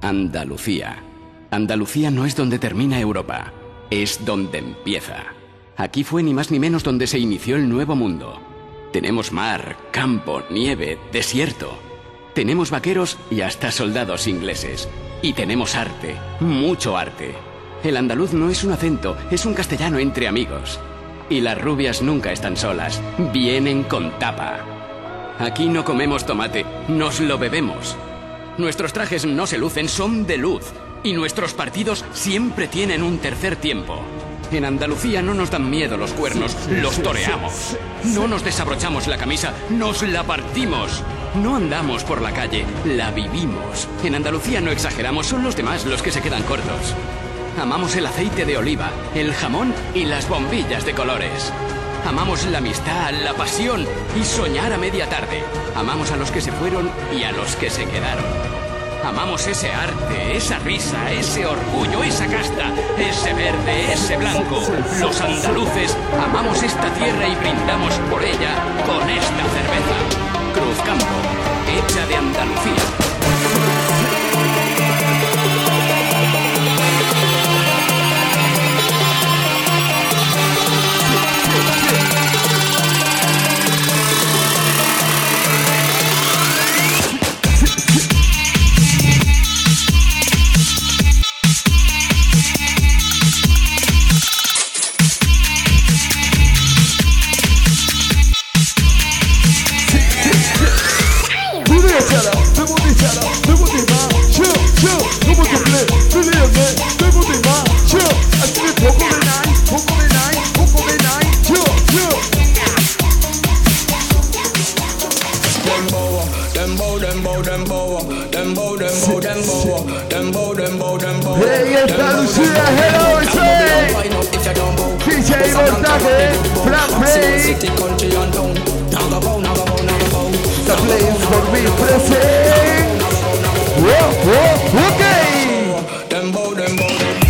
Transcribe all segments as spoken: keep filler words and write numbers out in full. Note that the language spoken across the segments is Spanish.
Andalucía. Andalucía no es donde termina Europa, es donde empieza. Aquí fue ni más ni menos donde se inició el nuevo mundo. Tenemos mar, campo, nieve, desierto. Tenemos vaqueros y hasta soldados ingleses. Y tenemos arte, mucho arte. El andaluz no es un acento, es un castellano entre amigos. Y las rubias nunca están solas, vienen con tapa. Aquí no comemos tomate, nos lo bebemos. Nuestros trajes no se lucen, son de luz. Y nuestros partidos siempre tienen un tercer tiempo. En Andalucía no nos dan miedo los cuernos, los toreamos. No nos desabrochamos la camisa, nos la partimos. No andamos por la calle, la vivimos. En Andalucía no exageramos, son los demás los que se quedan cortos. Amamos el aceite de oliva, el jamón y las bombillas de colores. Amamos la amistad, la pasión y soñar a media tarde. Amamos a los que se fueron y a los que se quedaron. Amamos ese arte, esa risa, ese orgullo, esa casta, ese verde, ese blanco. Los andaluces amamos esta tierra y brindamos por ella con esta cerveza. Cruzcampo, hecha de Andalucía. Hey, Andalucía, hello, say D J Voltaje, Fran Play. The place for me present. Whoa, whoa, okay. Dembo, dembo.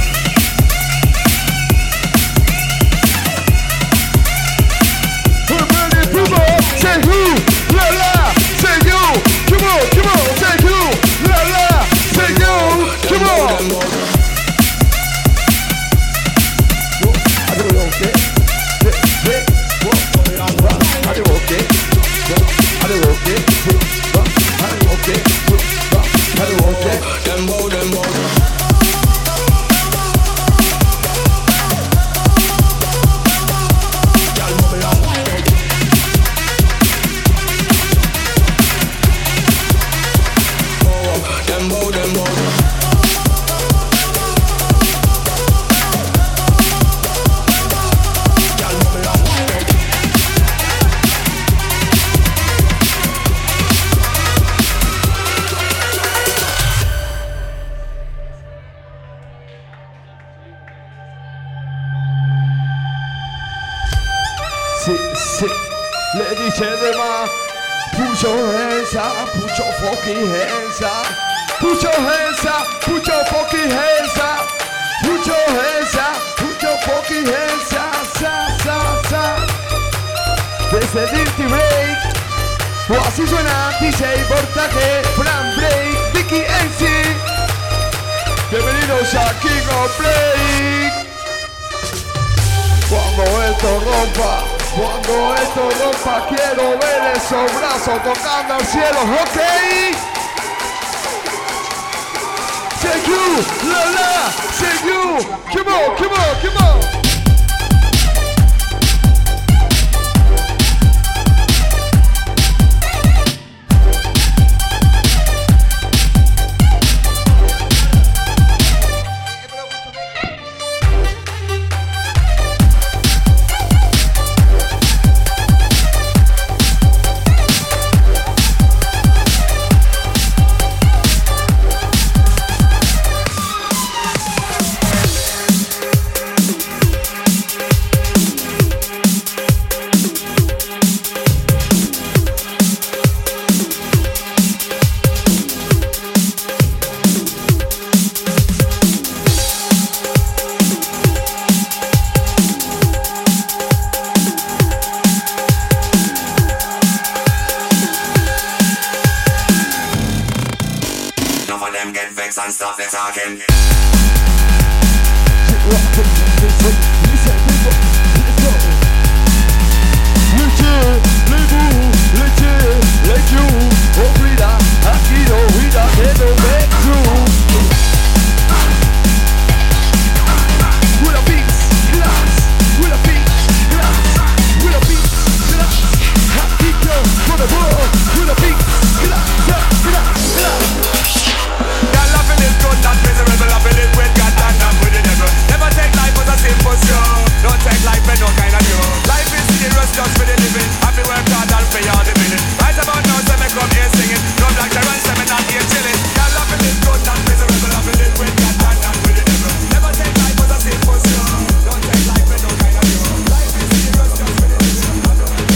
We're ready, people. Say who, la la. Say you, come on, come on. Say who, la la. Say you, come on. Ladies and gentlemen, put your hands up, put your fucking hands up. Put your hands up, put your fucking hands up. Put your hands up, put your fucking hands up. Sa, sa, sa. Desde Dirty Break, o así suena D J Voltaje, Fran Break, Vicky N C. Bienvenidos a King of Play. Cuando esto rompa. Cuando esto rompa, quiero ver esos brazos tocando al cielo, ok. Say you, la la, say you, come on, come on, come on. of them get vexed and stop the talking. Don't take life for no kind of view. Life is serious just for the living. Happy work hard and pay all the billing. Right about now, say me come here singing. No black Terrence, say me not here chilling. Y'all laughing it good and miserable, laughing it with God and with the devil. Never take life as a simple show. Don't take life for no kind of view. Life is serious just for the living.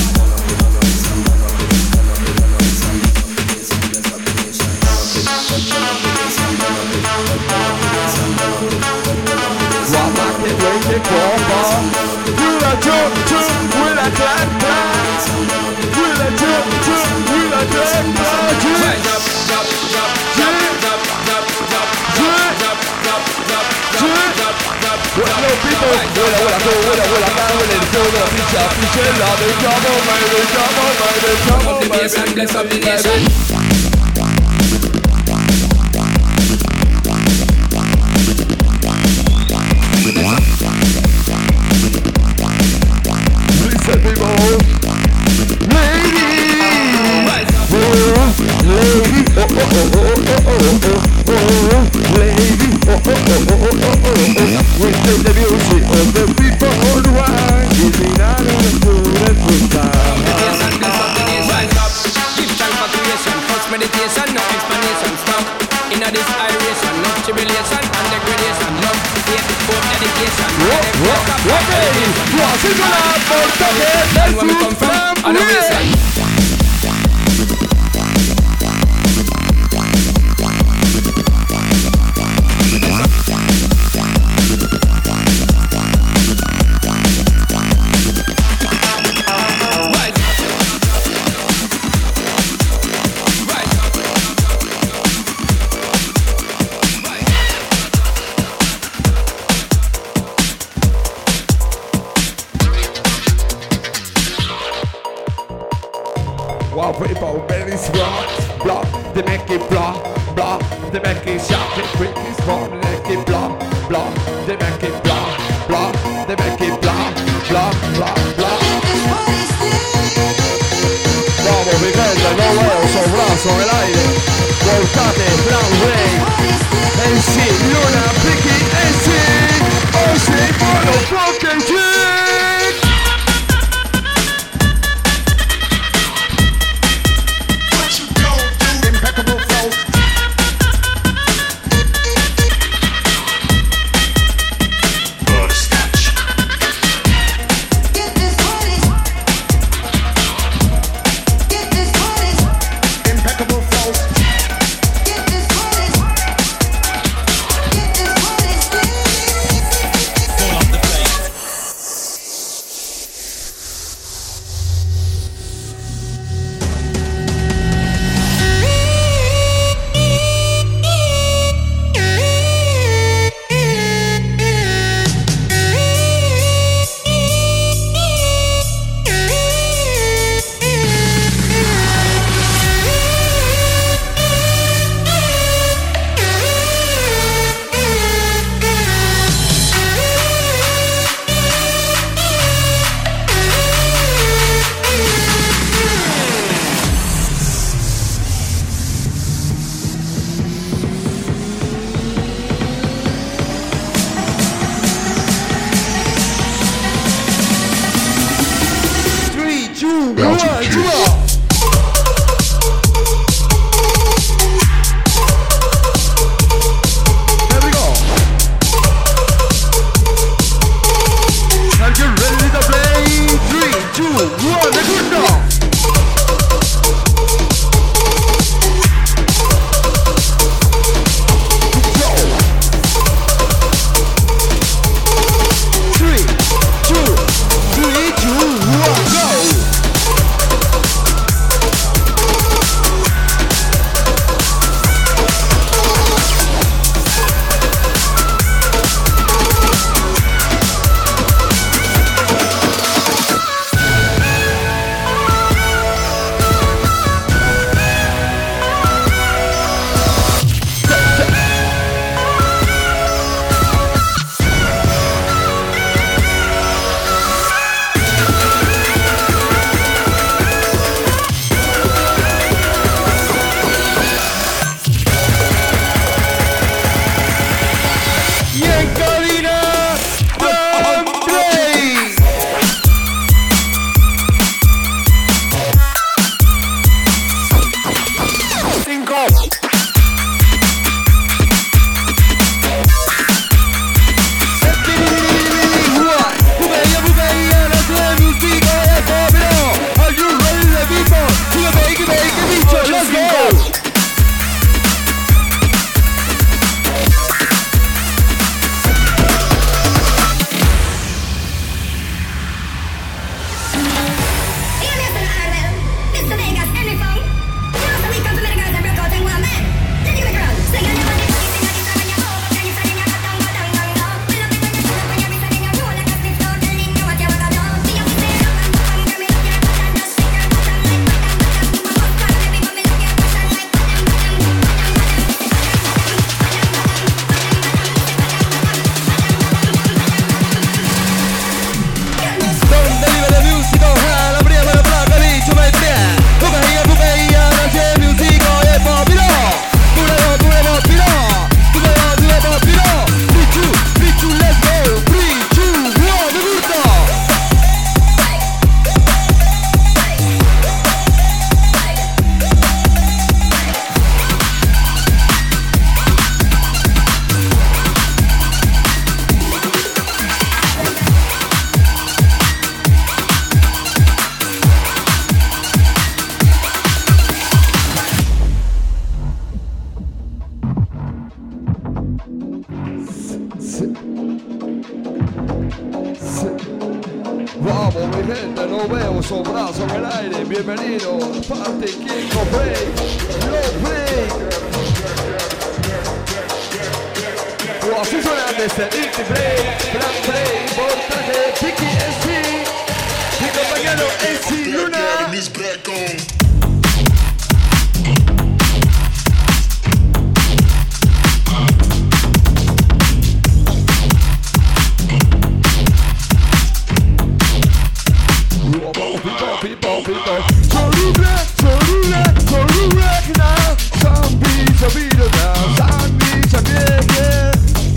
Will I jump, jump, will I clap, clap? Will I jump, jump, will I clap, clap? Jump, jump, jump, jump, jump, jump, jump, jump, jump, jump, jump. Hello people, vuela, vuela, go, vuela, vuela, acá, vuela, el flow de la ficha, fichela, de llamo, baby, llamo, baby, llamo, baby, bless up the nation. Listen, people, lady, oh, lady, oh, oh, oh, oh, oh, oh, lady, oh, oh, oh, oh, oh, oh, we take the music of the people all the way, giving out of the food and food time. Give thanks for creation, first meditation, no explanation, stop. In a this iration, no tribulation and degradation, love, hate, hope, dedication. Okay, what's it gonna for today? And where we come from, on the waistline. Wow, people, very strong, block, they make it block, block, they make it shock, it quick, it's strong, they make it block, block, they make it block, block, they make it block, block, block, block. Vamos, mi gente, no veo esos brazos en el aire, volcate, Brown Ray, N C, Luna, Vicky, N C, O C, motherfucking shit. Sí. Sí. Vamos mi gente, no veo esos brazos en el aire. Bienvenido al Party King of Break. No Break. O así suena desde Dirty Break, Black Break, Voltaje, Piqui M C, mi compañero M C Luna. Soluble, soluble, soluble, now. Zombie, zombie, now. Zombie, zombie,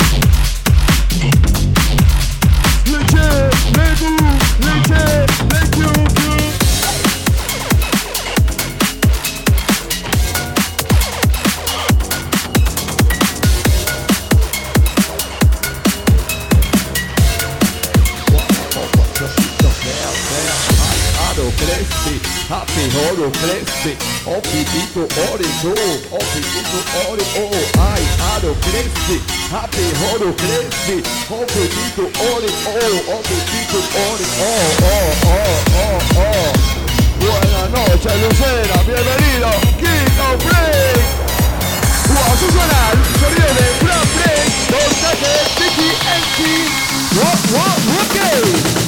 Happy Horo Crespi, Opitito Origo, Opitito Origo, ay, Haro Crespi, Happy Horo Crespi, Opitito Origo, Opitito Origo, oh, oh, oh, oh. Buenas noches, Lucera, bienvenido, King of Break. Wow, así suena el sonido de Black Break, Voltaje, Piqui M C, wow, wow, ok.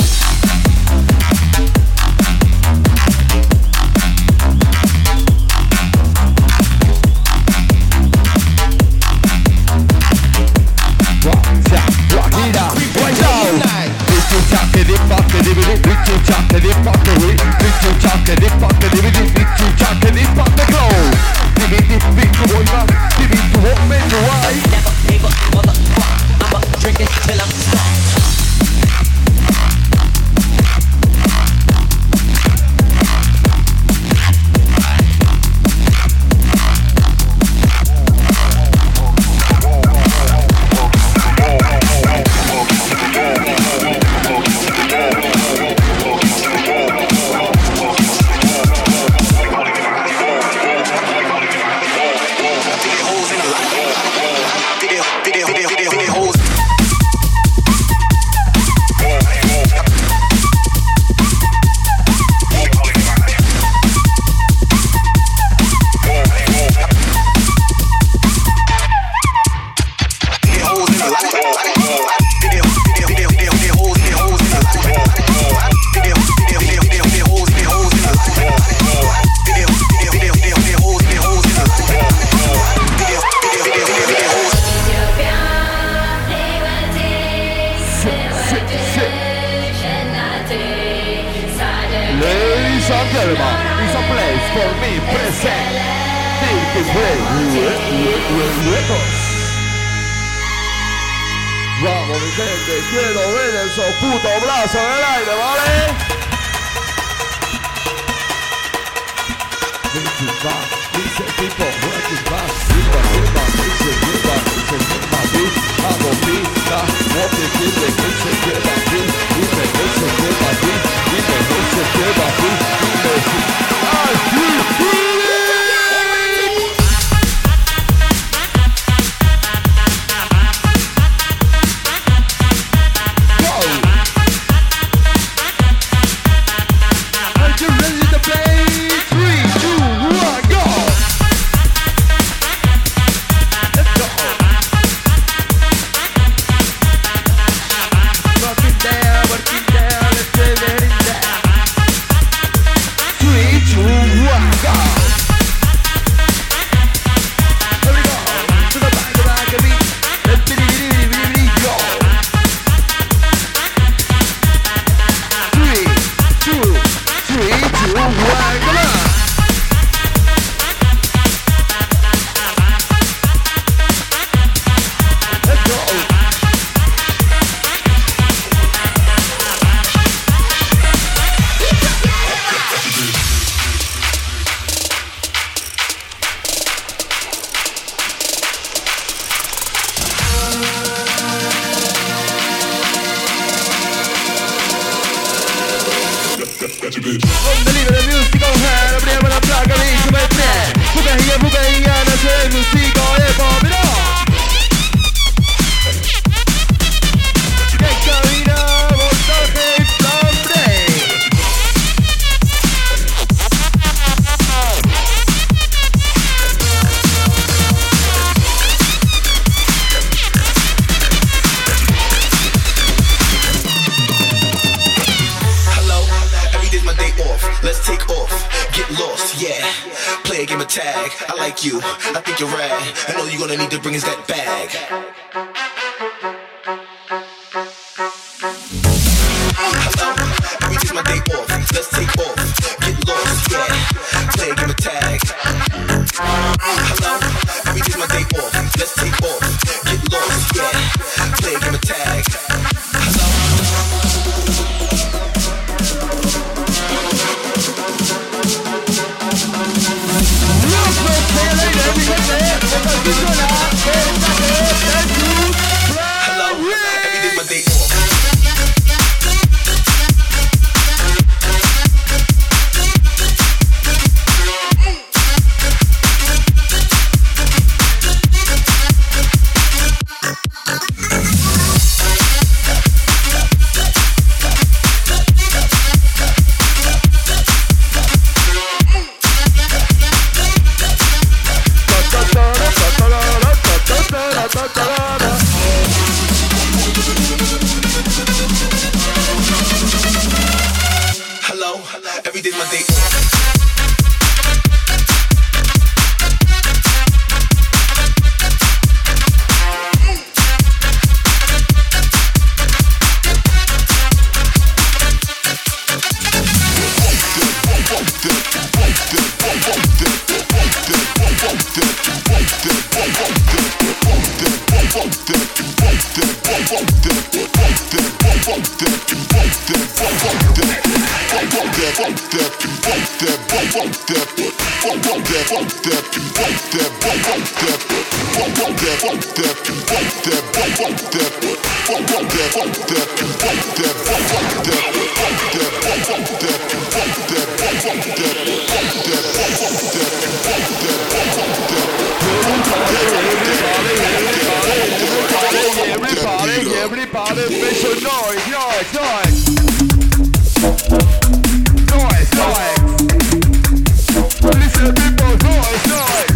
Vamos mi gente, quiero ver esos putos brazos en el aire, ¿vale? Dice tipo, working back, viva, viva, dice viva, dice viva, viva, amo pista, no te quiere que se queda aquí, dime que se queda aquí, dime que se queda aquí, dime si, ¡ay, sí, sí! tag. I like you, I think you're rad, and all you're gonna need to bring is that bag. Hello, every day's my day off. Let's take off, get lost, yeah. Play a game of tag. Hello, every day's my day off. Let's take off, get lost, yeah. Play a game of tag. Hello. Hello, every day's my day off. Hello, every day's my day off. Everybody, everybody, make some noise, noise, noise. Noise, noise. Listen, people, noise, noise.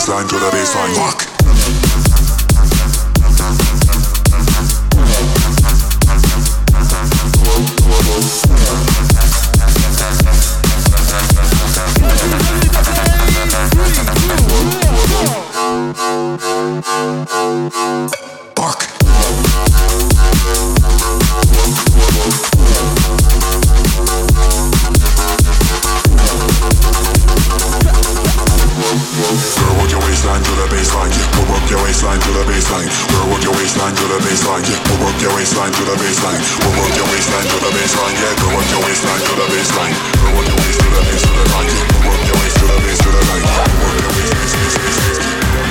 waistline, to the baseline. Fuck. Bark. Girl, work your waistline to the baseline. We'll work your waistline to the baseline. Girl, work your waistline to the baseline. We'll work your waistline to the baseline. We'll work your waistline to the baseline. Yeah, girl, work your waistline to the baseline. Girl, work your waist to the base to the line. We'll work your waist to the base to the line. We'll work your waist, waist, waist, waist, waist.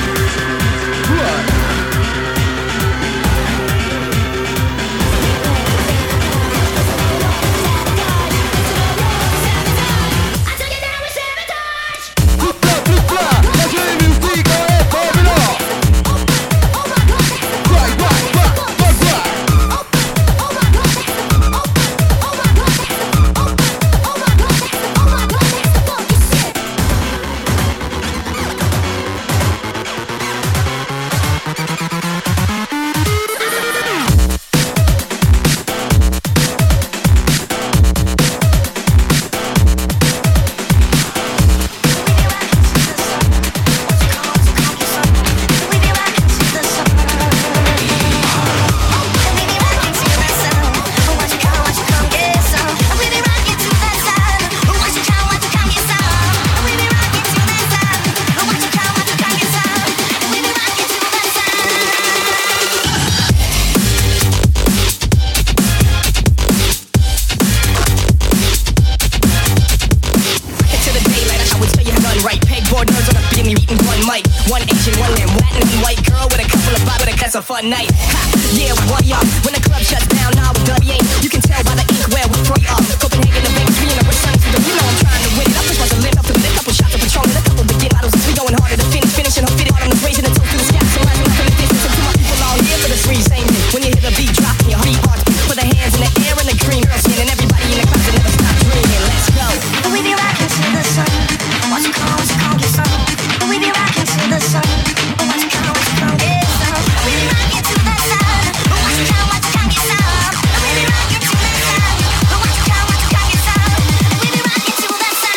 A fun night, ha, yeah, what y'all? When the club shuts down, now we're done, yeah. You can tell by the ink where we throw you up. Copenhagen, the big three, and the sun, so you know I'm trying to win it. I push myself lit up to lit, couple shots of Patron, and a couple begin bottles. We going harder to finish, finishing, hope fitted. All on the raising the toast to the sky, so rising up in the distance. And to my people all here for the free same thing. When you hear the beat drop, and your heart heart, put the hands in the air and the green girl skin, and everybody in the crowd to never stop dreaming. Let's go. We be rocking to the sun. What's it called? What's it called? Get some. We be rocking to the sun. What's it called? What's it called? Get some. We be rocking to the sun. What's it called? What's it called? Get some. We be rocking to the sun. What's it called? What's it called? Get some. We be rocking to the sun.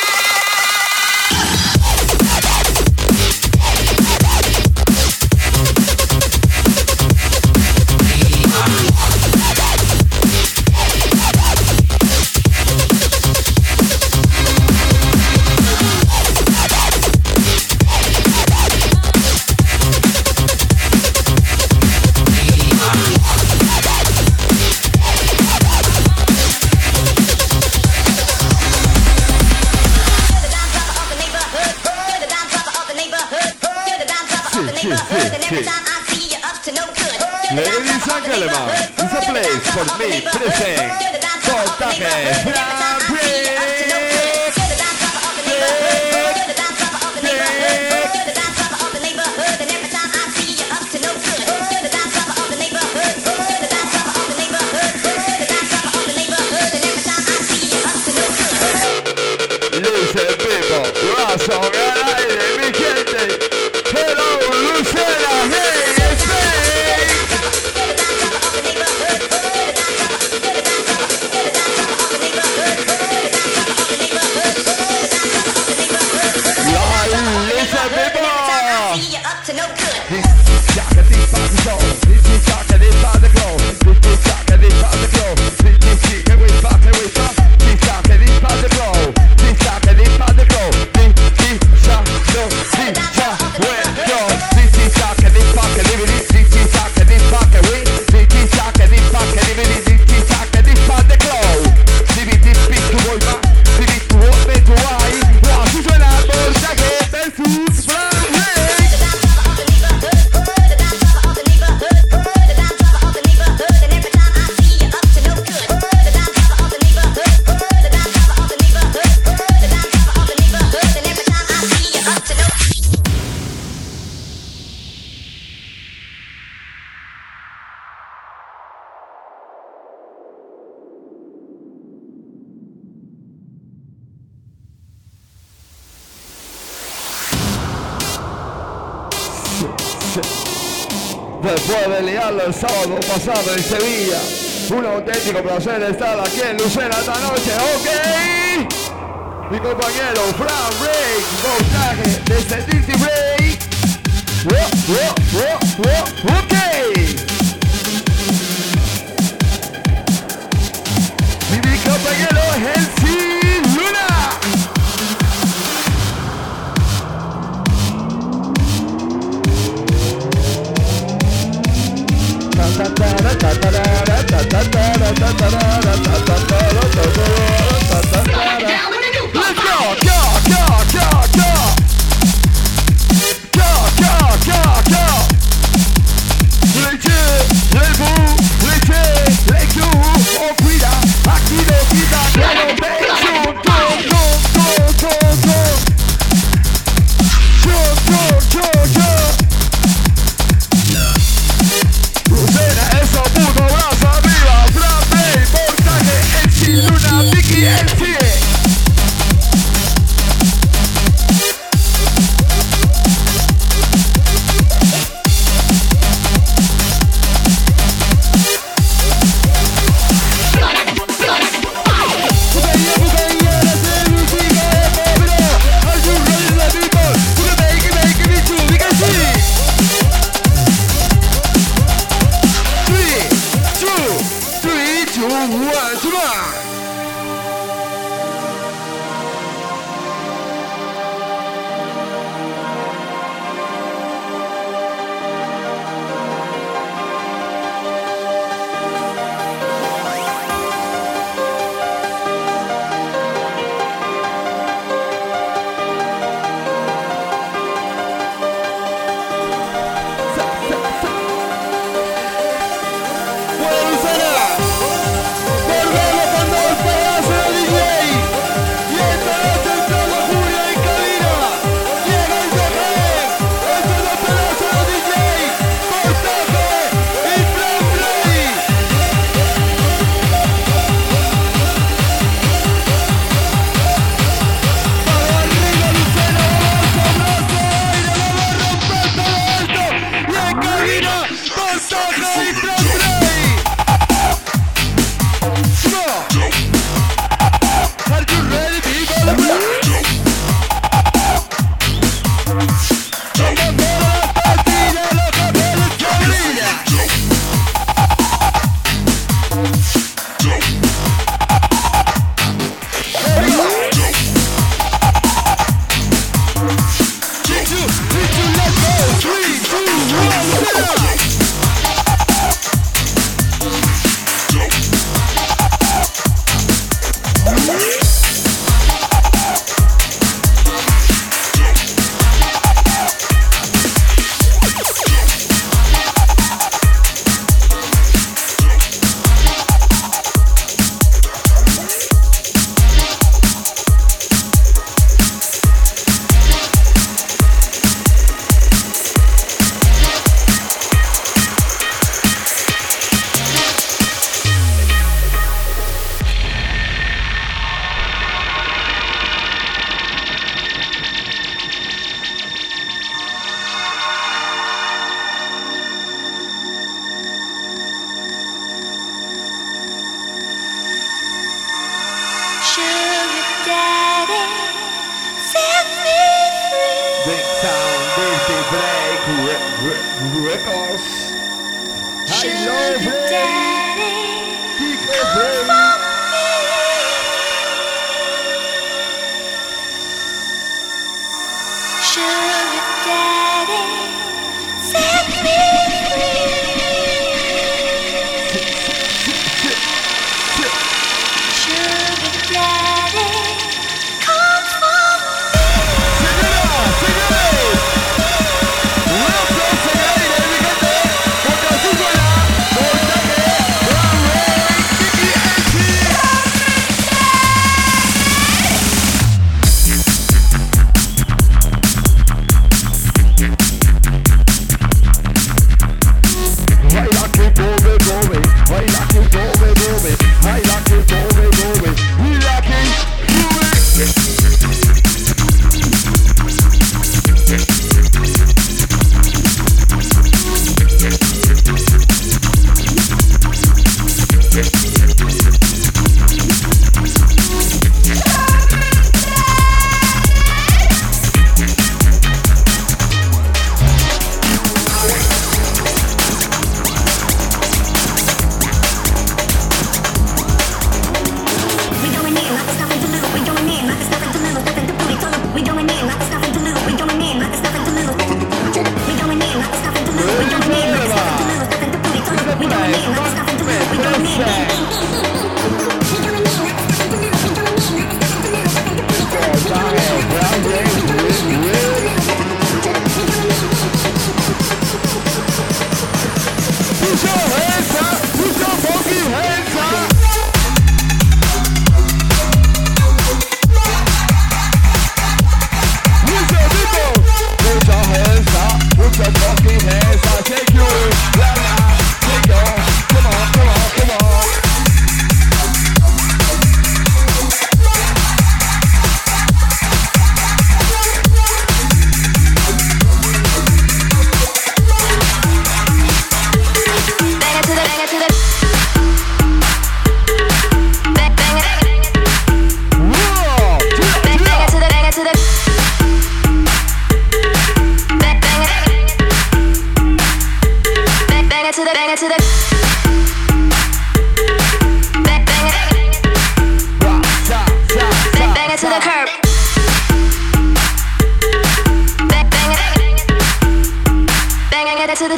Ladies and gentlemen, it's a place for me present Voltaje Grand Prix. Listen people, razón al aire mi gente. Hello Lucena, hey, it's Neighborhood. noche. Después de liarlo el sábado pasado en Sevilla, un auténtico placer estar aquí en Lucena esta noche, ¿ok? Mi compañero Fran Break, montaje desde Dirty Break. Wow, wow, wow, wow, ok. Y mi compañero Hensi Luna. Let's go, go, go, go, go. Go, go, go, go. Leche, lebu, leche, lechu, oh cuida, aquí no quita, pero pecho, go, go, go, go, go. Go, go, go, go. Lucena, eso puto brazo arriba, Fran Break, montaje, Hensi Luna, Vicky Hensi.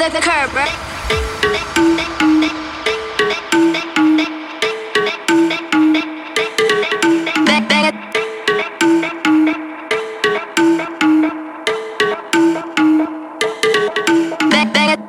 the curb, right? Bang, bang it. Bang, bang it.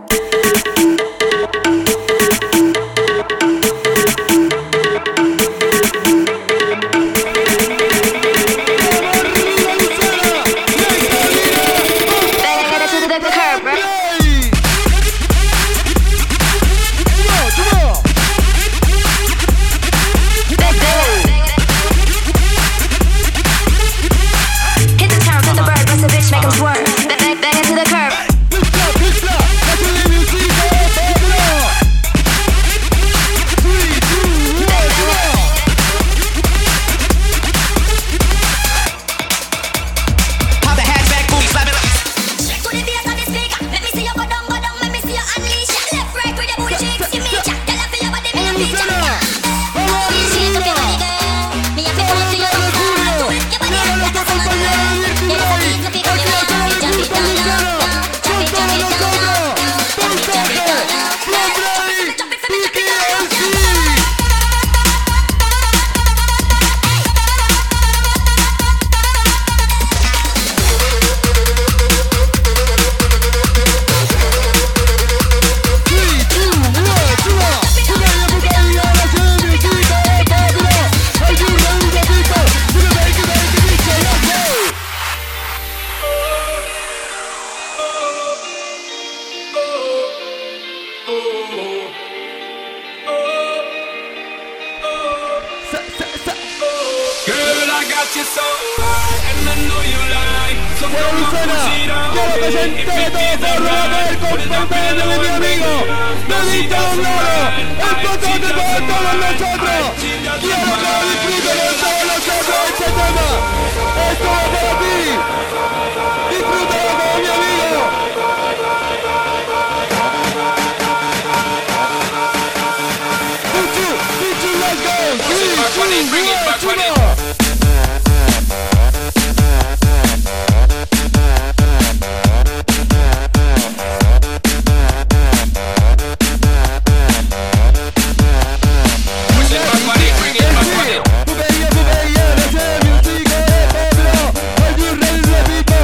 People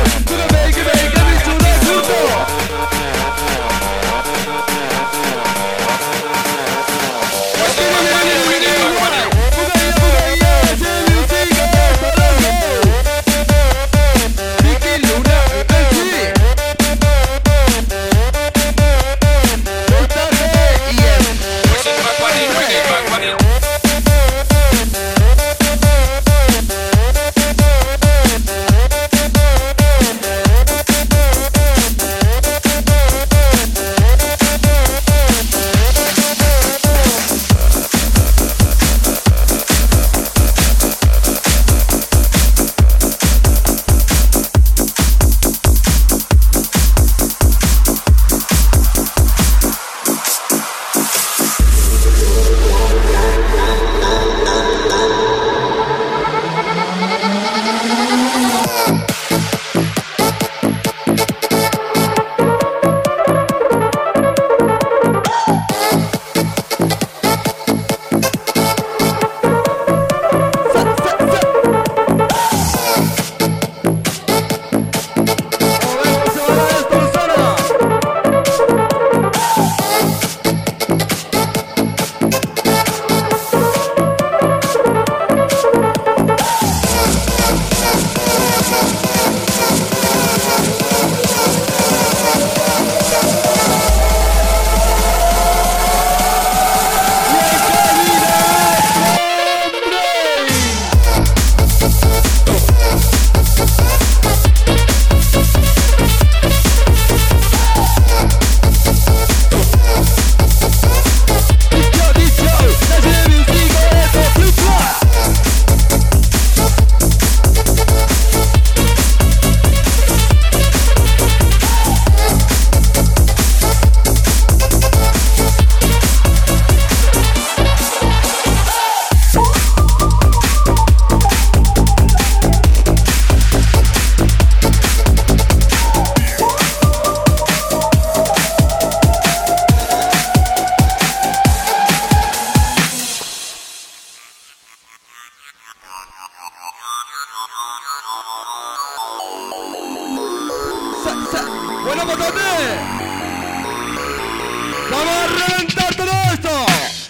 Bueno, potente. Vamos a reventar todo esto.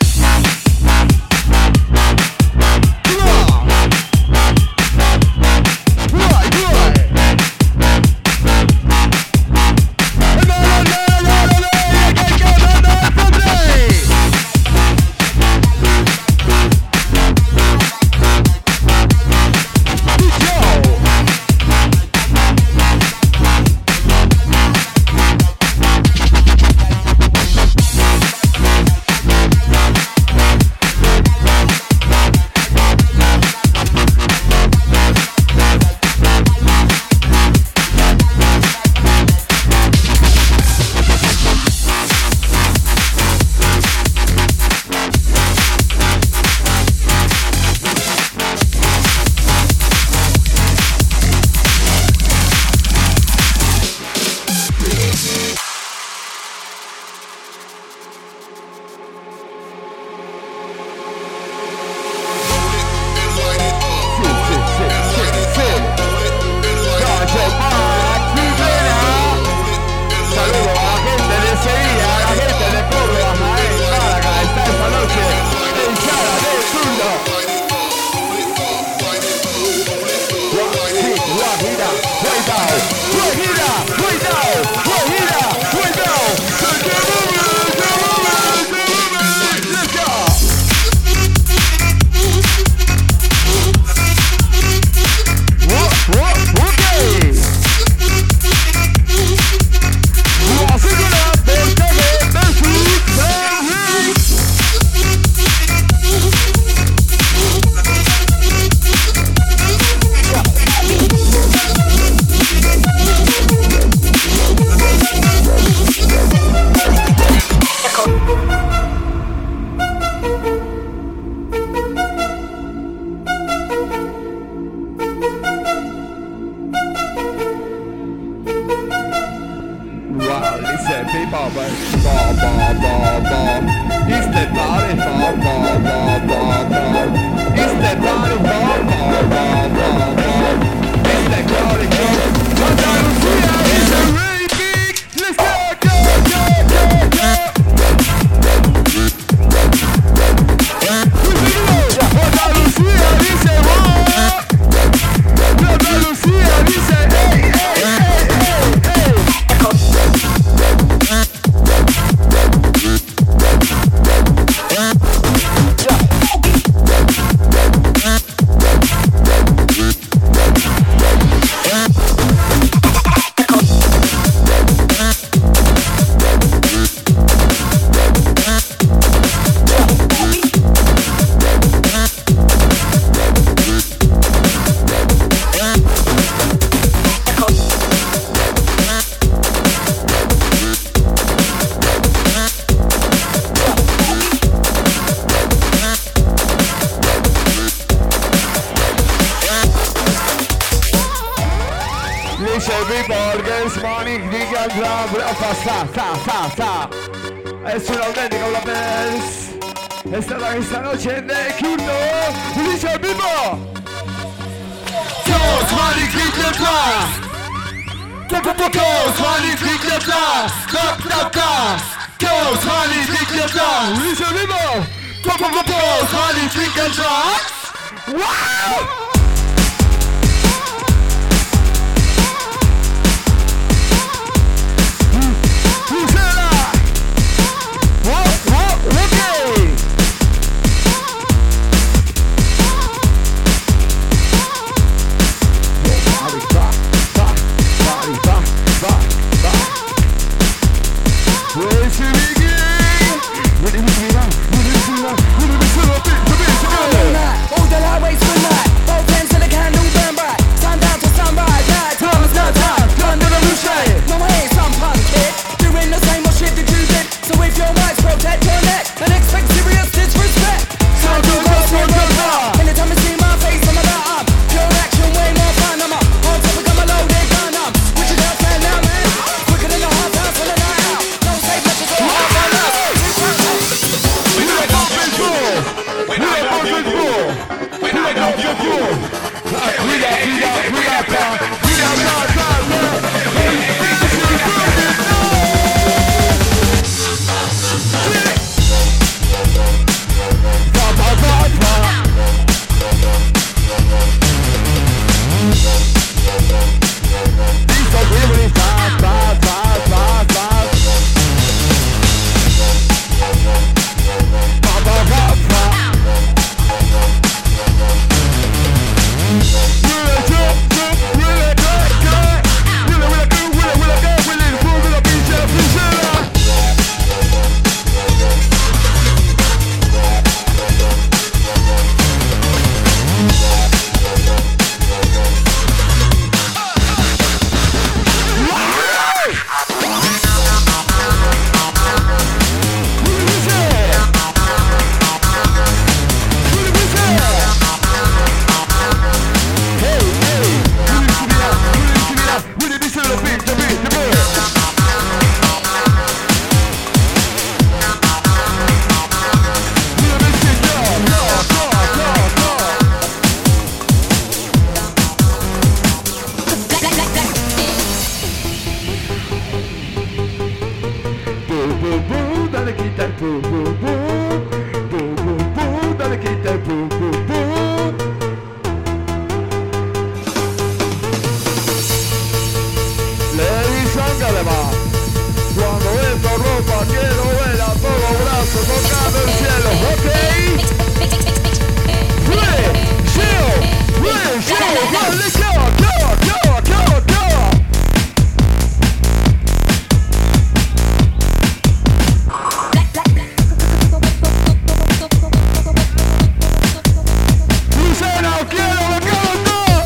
Es un auténtico placer estar esta noche de Kurdo. ¡Dice vivo! Todos money, click the class. Todos money, click the class. Top, top, top. Todos money, click the class. ¡Dice vivo! Todos money, click the class. ¡Wow! All the highways for night, both boom, boom, boom. Boom, boom, boom. Dale que te boom, boom, boom. Ladies and gentlemen, cuando esto ropa quiero ver a todos brazos tocando el cielo, ¿ok? Three, two, one, two, let's go, go, go, go, go. Lucena, quiero ver todo.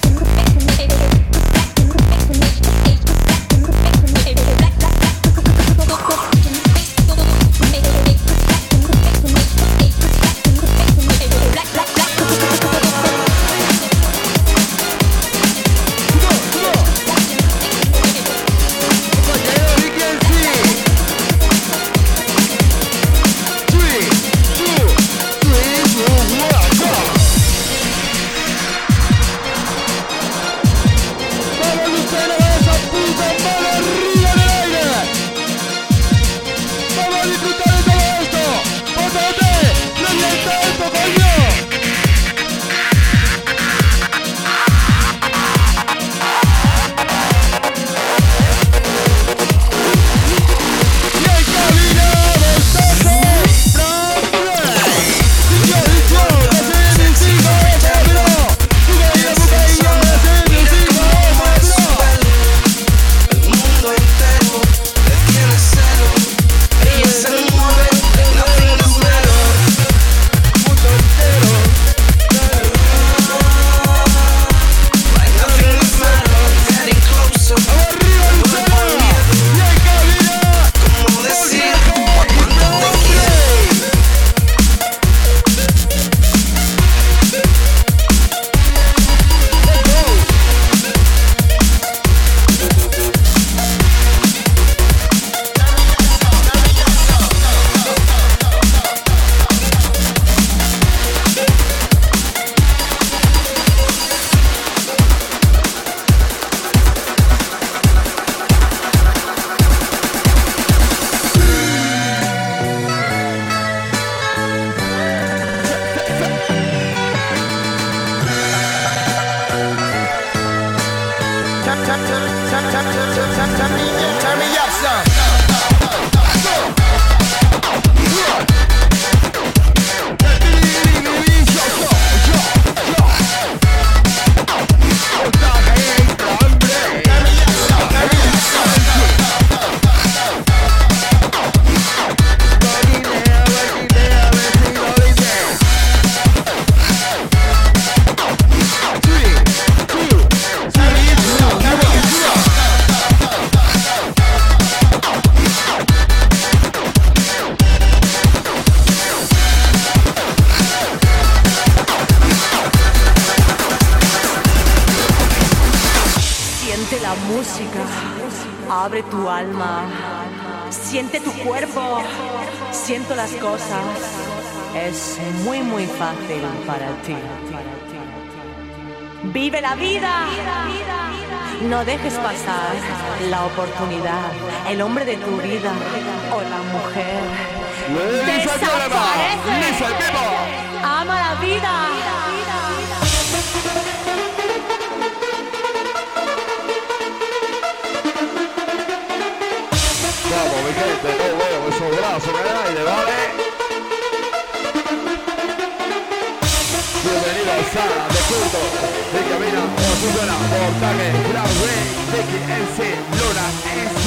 Abre tu alma, siente tu cuerpo, siento las cosas. Es muy muy fácil para ti. Vive la vida, no dejes pasar la oportunidad. El hombre de tu vida o la mujer desaparece. Ama la vida. Vamos, mi gente, no veo esos brazos en el aire, ¿vale? Bienvenido a Sala de Culto, de Camina, Osuna, Portaje, Gran Rey, Vicky, N C, Luna, N C.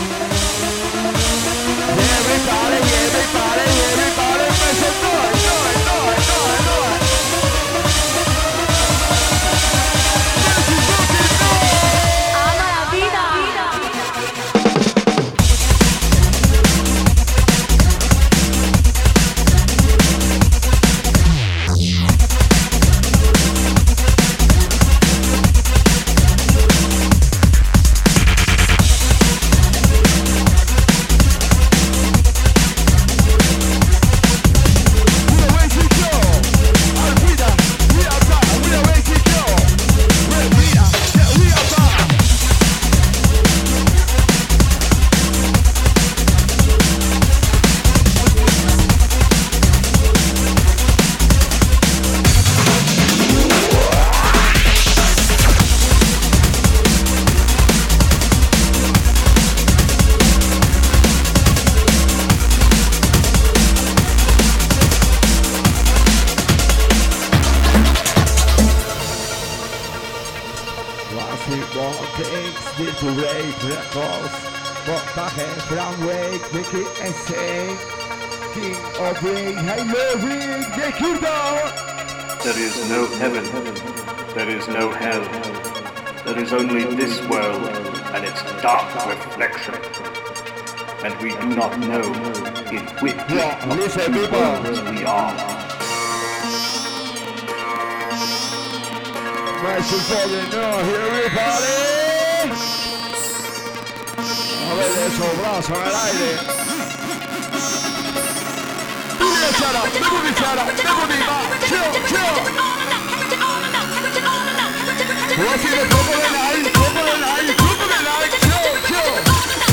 Everybody, everybody, everybody, make some noise, noise, noise, noise, noise. Ama la vida. Falls, Montaje, Brown Wake, Vicky S A, King of Ring, Hello Ring, The Kingdom. There is no heaven, there is no hell. There is only this world and its dark reflection. And we do not know in which Yeah, of listen, two people. worlds we are. Mercy for the no, everybody. A ver esos brazos en el aire. Move your shut up, move your shut up, move your back, chill, chill. Watch it, go for the night, go for the night, go for the night, chill, chill.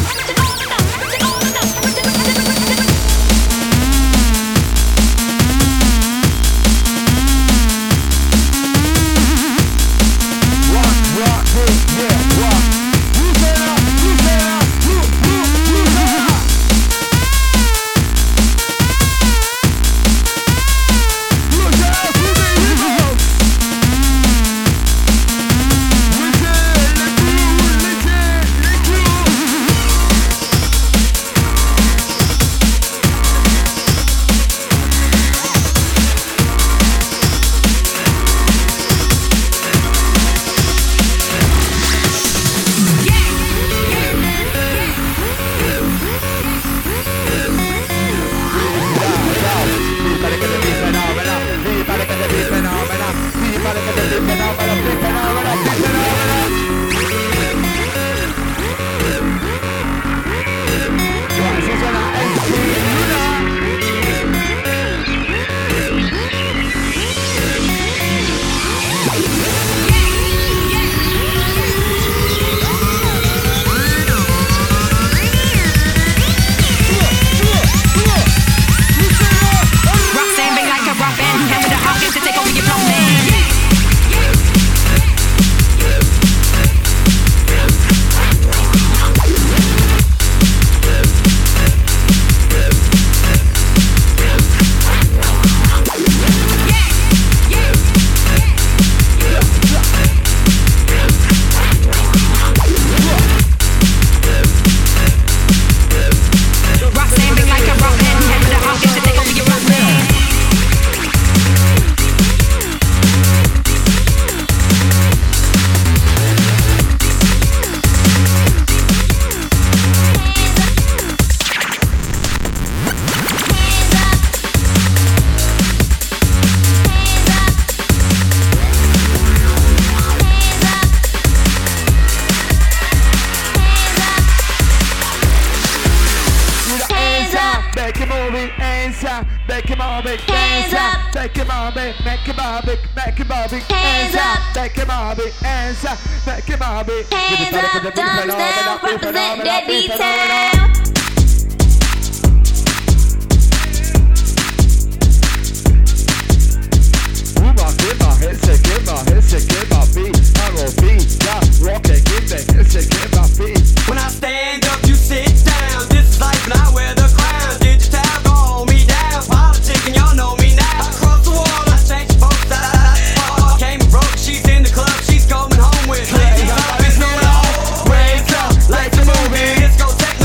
When I stand up, you sit down. This is life and I wear the crown. Digital, gon' hold me down. Politicking, y'all know me now. I cross the wall, I change folks. I, I, I, came broke, she's in the club, she's coming home with. Ladies up, it's no law. Raise up, like the movie. Let's go take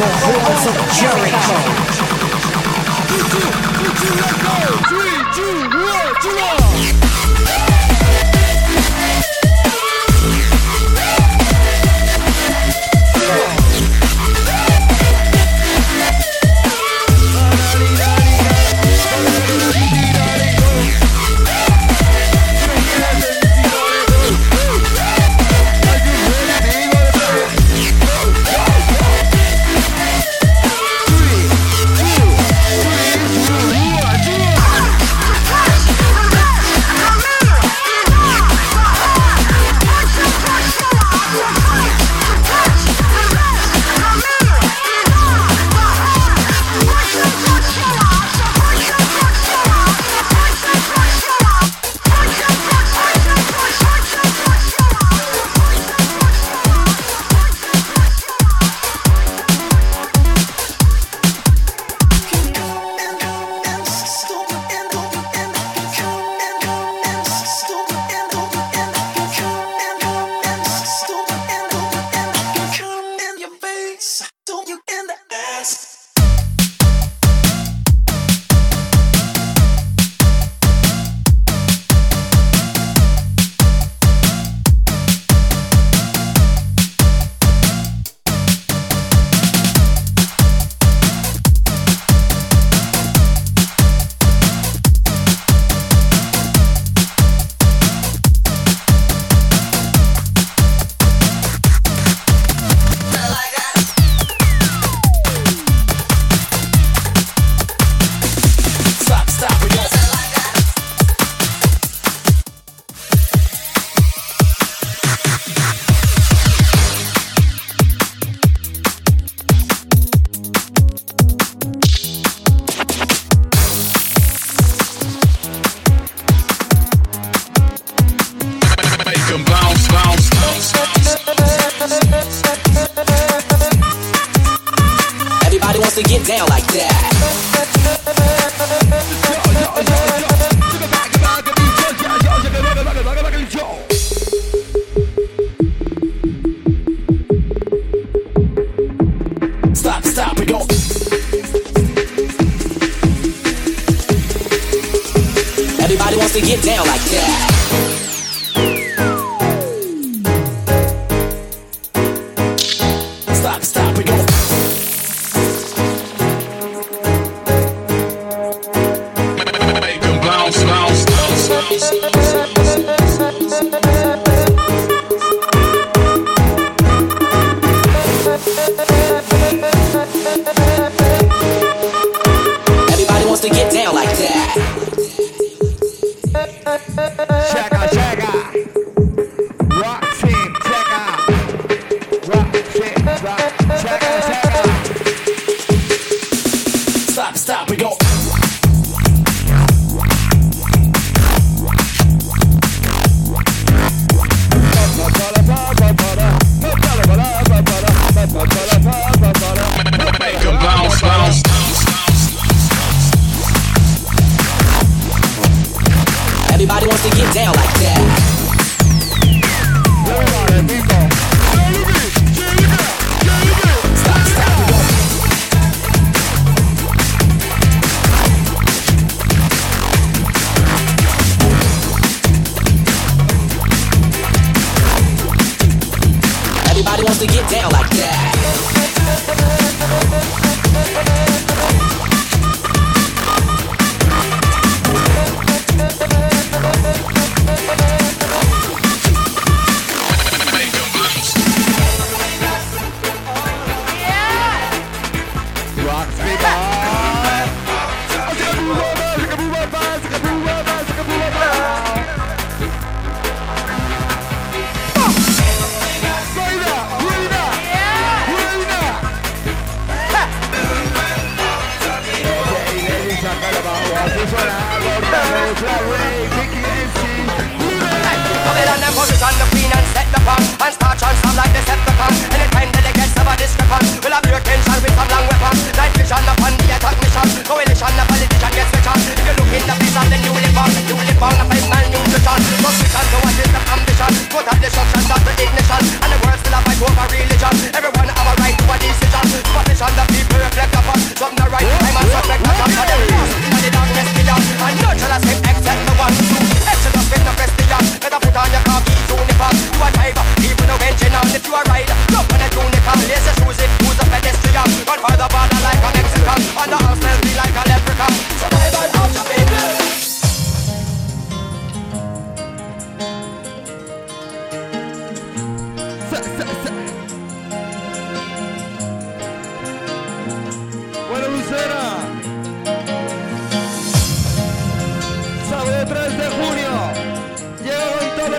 the horns of Jericho. Three, two, one, two, one. To get down like that. Stop, stop, we go. Everybody wants to get down like that. Stop, stop, we go. Everybody wants to get down like that. Chega, chega. Rock, team, chega. Rock, team, rock, chega, chega. Stop, stop, we go. Make 'em bounce, bounce. Everybody wants to get down like that. Stop, stop, we go. Everybody wants to get down like that. Position the queen and set the pan and start transform like Decepticon. Anytime delegates have a discrepan, we'll have your tension with some long weapon. Night vision upon the attack mission, coalition the politician gets switch on. If you look in the face of the newly born, newly born a five man nutrition. Suspicion to what is the ambition, put up destruction, stop the ignition, and the world still a fight over religion. Everyone have a right to a decision. Position the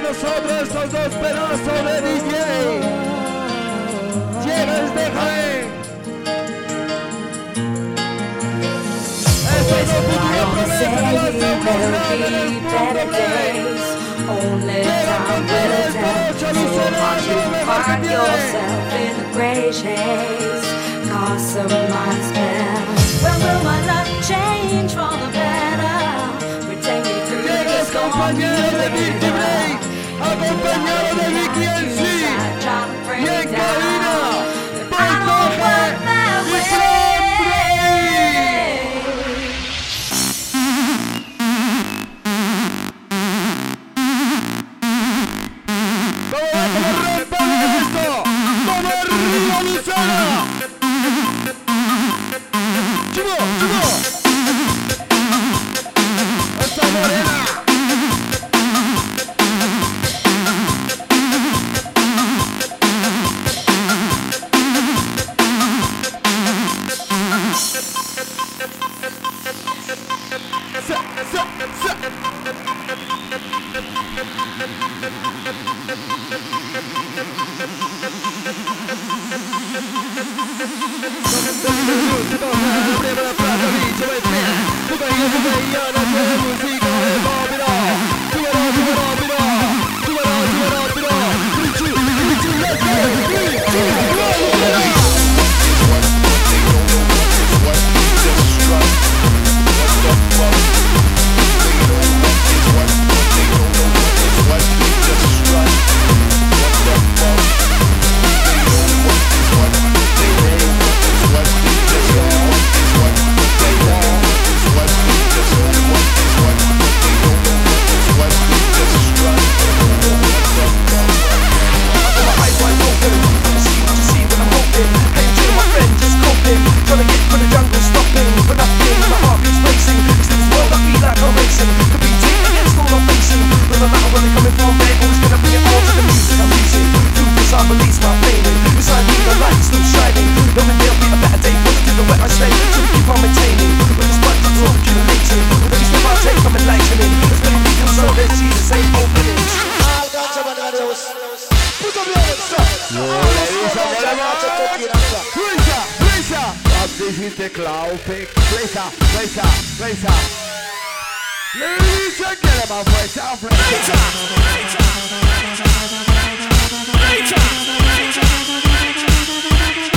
nosotros estos dos pedazos de D J. Llega desde Jaén. Estos dos futuros promesas van a ser unos grandes del mundo, play. Llegan con todo esta noche alucinando lo mejor que tienen. Llegas compañero de Nicky Break, acompañado de Vicky en sí, y en cabina, Pantoje y Fran ¿Cómo va? ¿Cómo rompe esto? ¡Vamos arriba, Luciana! ¡Chivo! ¡Chivo! ¡Esta morena! Sa, sa, sa. Dijiste Claupic, Fresa, Fresa, Fresa. Ladies and gentlemen, Fresa, Fresa. Fresa, Fresa.